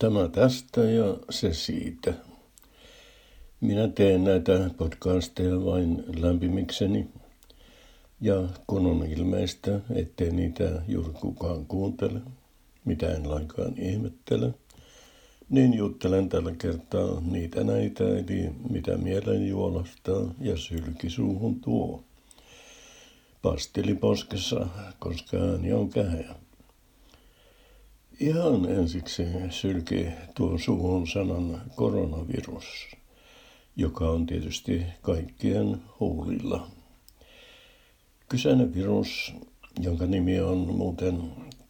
Tämä tästä ja se siitä. Minä teen näitä podcasteja vain lämpimikseni. Ja kun on ilmeistä, ettei niitä juuri kukaan kuuntele, mitä en lainkaan ihmettele, niin juttelen tällä kertaa niitä näitä, eli mitä mielen juolahtaa ja sylki suuhun tuo. Pastili poskessa, koska ääni on käheä. Ihan ensiksi sylki tuon suuhun sanan koronavirus, joka on tietysti kaikkien huulilla. Kyseinen virus, jonka nimi on muuten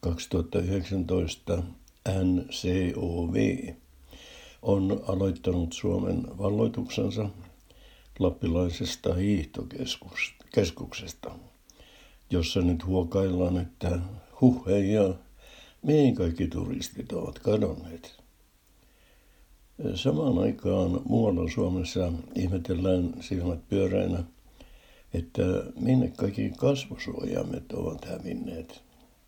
2019 NCOV, on aloittanut Suomen valloituksensa lappilaisesta hiihtokeskuksesta, jossa nyt huokaillaan, että huhheijaa, mihin kaikki turistit ovat kadonneet. Samaan aikaan muualla Suomessa ihmetellään silmät pyöreinä, että minne kaikki kasvosuojaimet ovat hävinneet.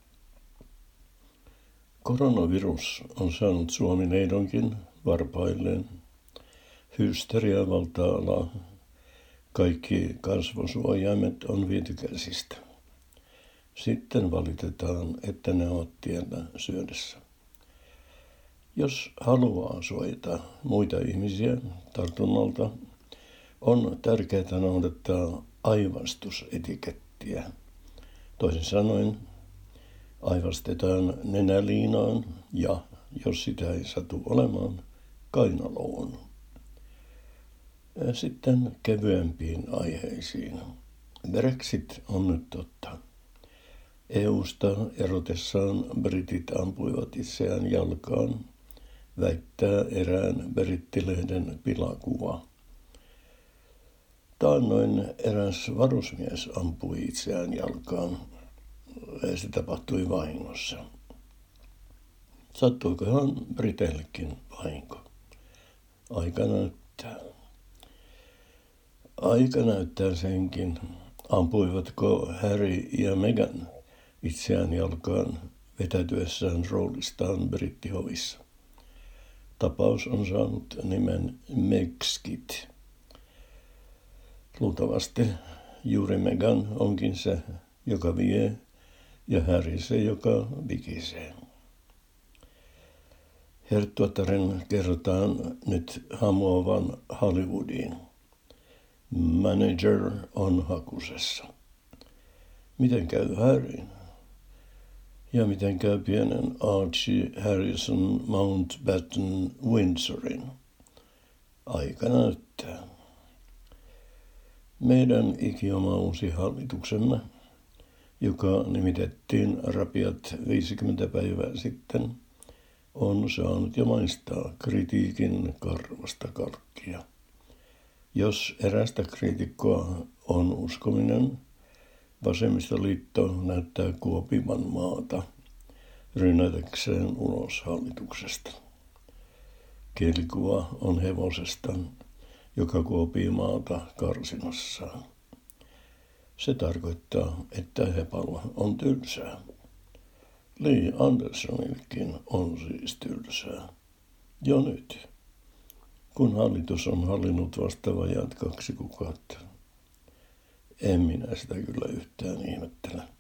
Koronavirus on saanut Suomi-neidonkin varpailleen. Hysteria valtaa alaa. Kaikki kasvosuojaimet on viety käsistä. Sitten valitetaan, että ne ovat tiellä syödessä. Jos haluaa suojata muita ihmisiä tartunnalta, on tärkeää noudattaa aivastusetikettiä. Toisin sanoen, aivastetaan nenäliinaan ja, jos sitä ei satu olemaan, kainaloon. Sitten kevyempiin aiheisiin. Brexit on nyt totta. EUsta erotessaan britit ampuivat itseään jalkaan, väittää erään brittilehden pilakuva. Taannoin eräs varusmies ampui itseään jalkaan. Se tapahtui vahingossa. Sattuikohan briteillekin vahinko? Aika näyttää. Aika näyttää senkin, ampuivatko Harry ja Meghan itseään jalkaan vetäytyessään roolistaan brittihovissa. Tapaus on saanut nimen Megskit. Luultavasti juuri Meghan onkin se, joka vie, ja Harry se, joka vikisee. Herttuattaren kerrotaan nyt hamuavan Hollywoodiin. Manager on hakusessa. Miten käy Harryn? Ja miten käy pienen Archie Harrison Mountbatten Windsorin? Aika näyttää. Meidän ikioma uusi hallituksemme, joka nimitettiin rapiat 50 päivää sitten, on saanut jo maistaa kritiikin karvasta kalkkia. Jos erästä kriitikkoa on uskominen, vasemmistoliitto näyttää kuopivan maata rynnätäkseen ulos hallituksesta. Kielikuva on hevosesta, joka kuopii maata karsinassaan. Se tarkoittaa, että hepalla on tylsää. Lee Andersonillekin on siis tylsää. Jo nyt, kun hallitus on hallinnut vasta vajaat 2 kuukautta. En minä sitä kyllä yhtään ihmettele.